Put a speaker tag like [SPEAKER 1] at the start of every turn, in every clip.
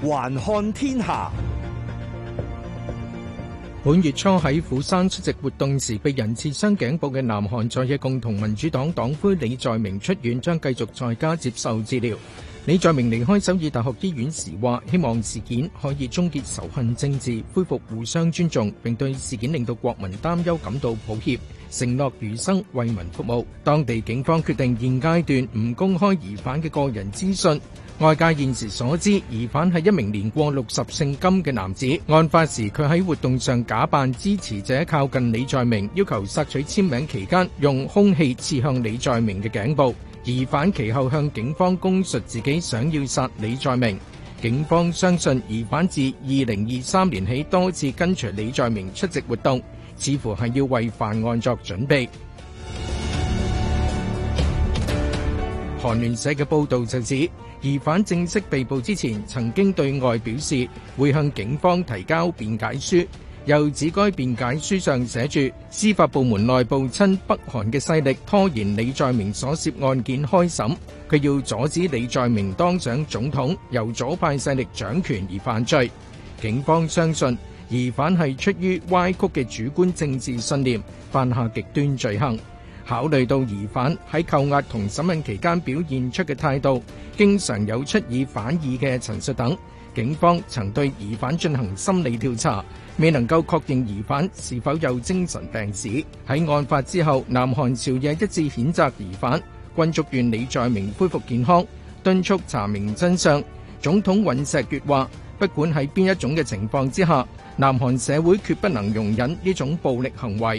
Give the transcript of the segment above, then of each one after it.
[SPEAKER 1] 環看天下。
[SPEAKER 2] 本月初喺釜山出席活動時被人刺傷頸部嘅南韓在野共同民主黨黨魁李在明出院，將繼續在家接受治療。李在明離開首爾大學醫院時話，希望事件可以終結仇恨政治，恢復互相尊重，並對事件令到國民擔憂感到抱歉，承諾餘生為民服務。當地警方決定現階段唔公開疑犯嘅個人資訊。外界現時所知，疑犯係一名年過60姓金嘅男子。案發時，佢喺活動上假扮支持者靠近李在明，要求索取簽名期間，用兇器刺向李在明嘅頸部。疑犯其後向警方供述自己想要殺李在明。警方相信疑犯自2023年起多次跟隨李在明出席活動，似乎係要為犯案作準備。韓聯社嘅報導就指，疑犯正式被捕之前，曾經對外表示會向警方提交辯解書，又指該辯解書上寫住司法部門內部親北韓嘅勢力拖延李在明所涉案件開審，佢要阻止李在明當上總統，由左派勢力掌權而犯罪。警方相信疑犯係出於歪曲嘅主觀政治信念，犯下極端罪行。考慮到疑犯喺扣押同審問期間表現出嘅態度，經常有出爾反爾嘅陳述等，警方曾對疑犯進行心理調查，未能夠確認疑犯是否有精神病史。喺案發之後，南韓朝野一致譴責疑犯，均祝願李在明恢復健康，敦促查明真相。總統尹錫悅話，不管喺邊一種嘅情況之下，南韓社會決不能容忍呢種暴力行為。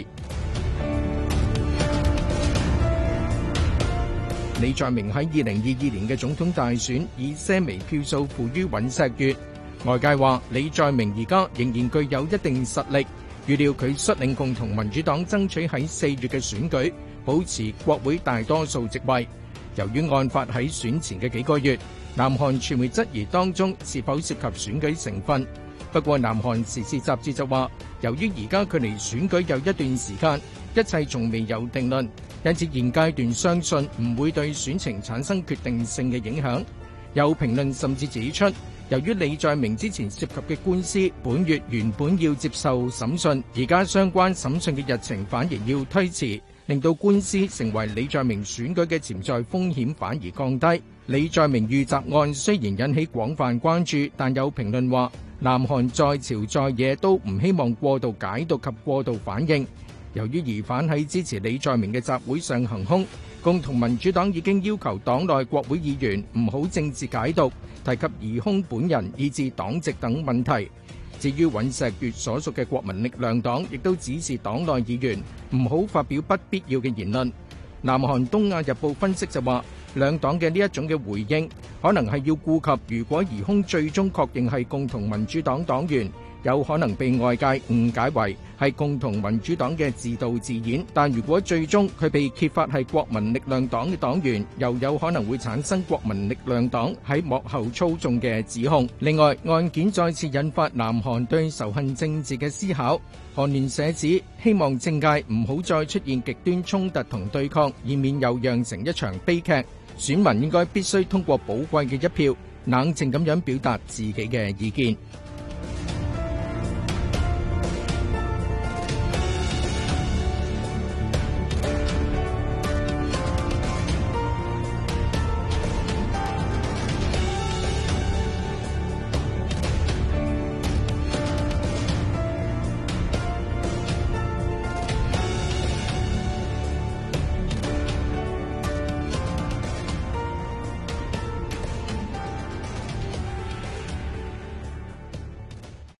[SPEAKER 2] 李在明喺2022年嘅總統大選以些微票數負於尹錫悅，外界話李在明而家仍然具有一定實力，預料佢率領共同民主黨爭取喺4月嘅選舉保持國會大多數席位。由於案發喺選前嘅幾個月，南韓傳媒質疑當中是否涉及選舉成分。不過南韓時事雜誌就話，由於而家距離選舉有一段時間，一切仲未有定論，因此現階段相信唔會對選情產生決定性嘅影響。有評論甚至指出，由於李在明之前涉及嘅官司本月原本要接受審訊，而家相關審訊嘅日程反而要推遲，令到官司成為李在明選舉嘅潛在風險反而降低。李在明遇襲案雖然引起廣泛關注，但有評論話，南韓在朝在野都唔希望過度解讀及過度反應。由於疑犯喺支持李在明嘅集會上行兇，共同民主黨已經要求黨內國會議員唔好政治解讀，提及疑兇本人以至黨籍等問題。至於尹錫悅所屬嘅國民力量黨，亦都指示黨內議員唔好發表不必要嘅言論。南韓東亞日報分析就話，兩黨嘅呢一種嘅回應，可能係要顧及如果疑兇最終確認係共同民主黨黨員，有可能被外界誤解為係共同民主黨嘅自導自演，但如果最終佢被揭發係國民力量黨嘅黨員，又有可能會產生國民力量黨喺幕後操縱嘅指控。另外，案件再次引發南韓對仇恨政治嘅思考。韓聯社指，希望政界唔好再出現極端衝突同對抗，以免又釀成一場悲劇。選民應該必須通過寶貴嘅一票，冷靜咁樣表達自己嘅意見。